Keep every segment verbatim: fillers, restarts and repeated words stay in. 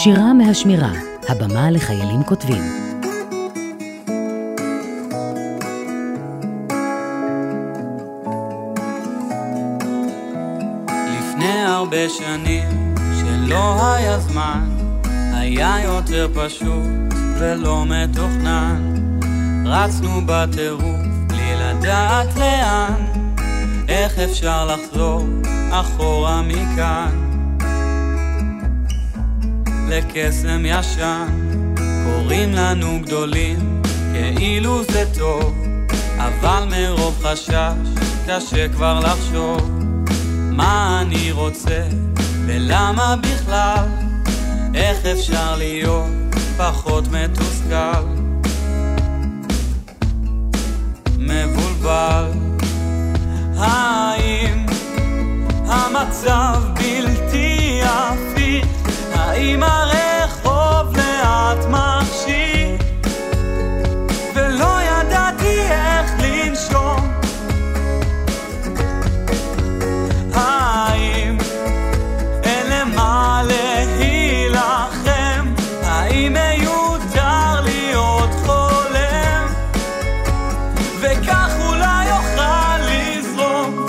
שירה מהשמירה, הבמה לחיילים כותבים. לפני הרבה שנים שלא היה זמן, היה יותר פשוט ולא מתוכנן. רצנו בטירוף בלי לדעת לאן, איך אפשר לחזור אחורה מכאן לקסם ישן. קוראים לנו גדולים כאילו זה טוב, אבל מרוב חשש קשה כבר לחשוב מה אני רוצה ולמה בכלל, איך אפשר להיות פחות מתוסכל מבולבל. האם המצב בלתי הפיך? האם הרחוב לאט מחשיך ולא ידעתי איך לנשום? האם אין למה להילחם? האם מיותר להיות חולם וכך אולי יוכל לזרום?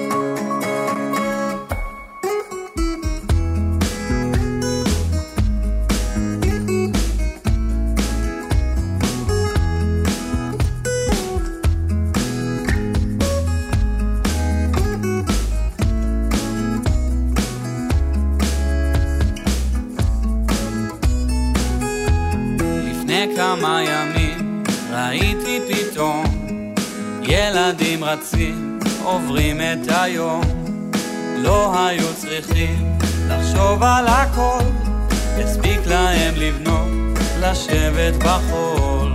כמה ימים ראיתי פתאום ילדים רצים עוברים את היום, לא היו צריכים לחשוב על הכל, הספיק להם לבנות לשבת בחול.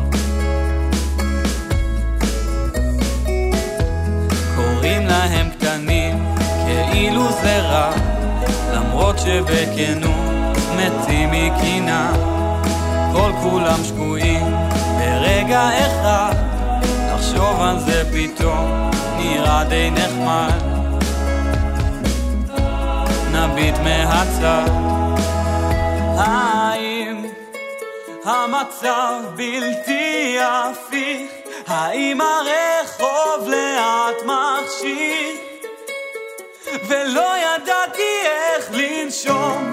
קוראים להם קטנים כאילו זה רע, למרות שבכנות מתים מקינה. כל כולם שקועים ברגע אחד, לחשוב על זה פתאום נראה די נחמד. נביט מהצד, האם המצב בלתי הפיך? האם הרחוב לאט מחשיך ולא ידעתי איך לנשום?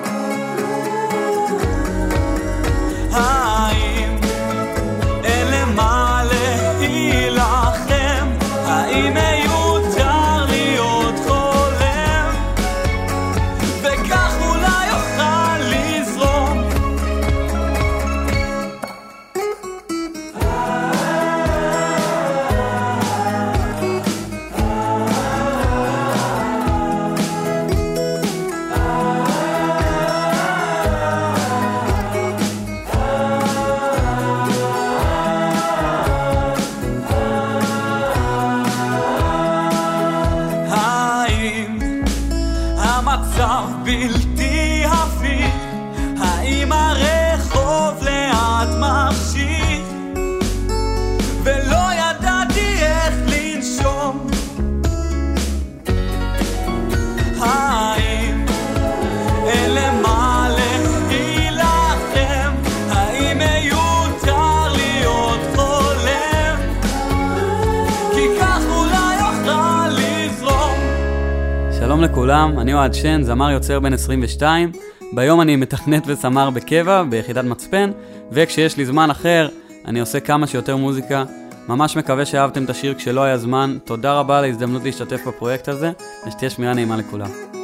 האם אין למה להילחם? האם מיותר להיות חולם וכך אולי יוכל לזרום? המצב בלתי הפיך? האם הרחוב לאט מחשיך ולא ידעתי איך לנשום? האם אין למה להילחם? האם מיותר להיות חולם כי כך אולי יוכל לזרום? שלום לכולם, אני אוהד שן, זמר יוצר בן עשרים ושתיים. ביום אני מתכנת וזמר בקבע ביחידת מצפן, וכשיש לי זמן אחר אני עושה כמה שיותר מוזיקה. ממש מקווה שאהבתם את השיר כשלא היה זמן. תודה רבה על ההזדמנות להשתתף בפרויקט הזה, ושתהיה שמירה נעימה לכולם.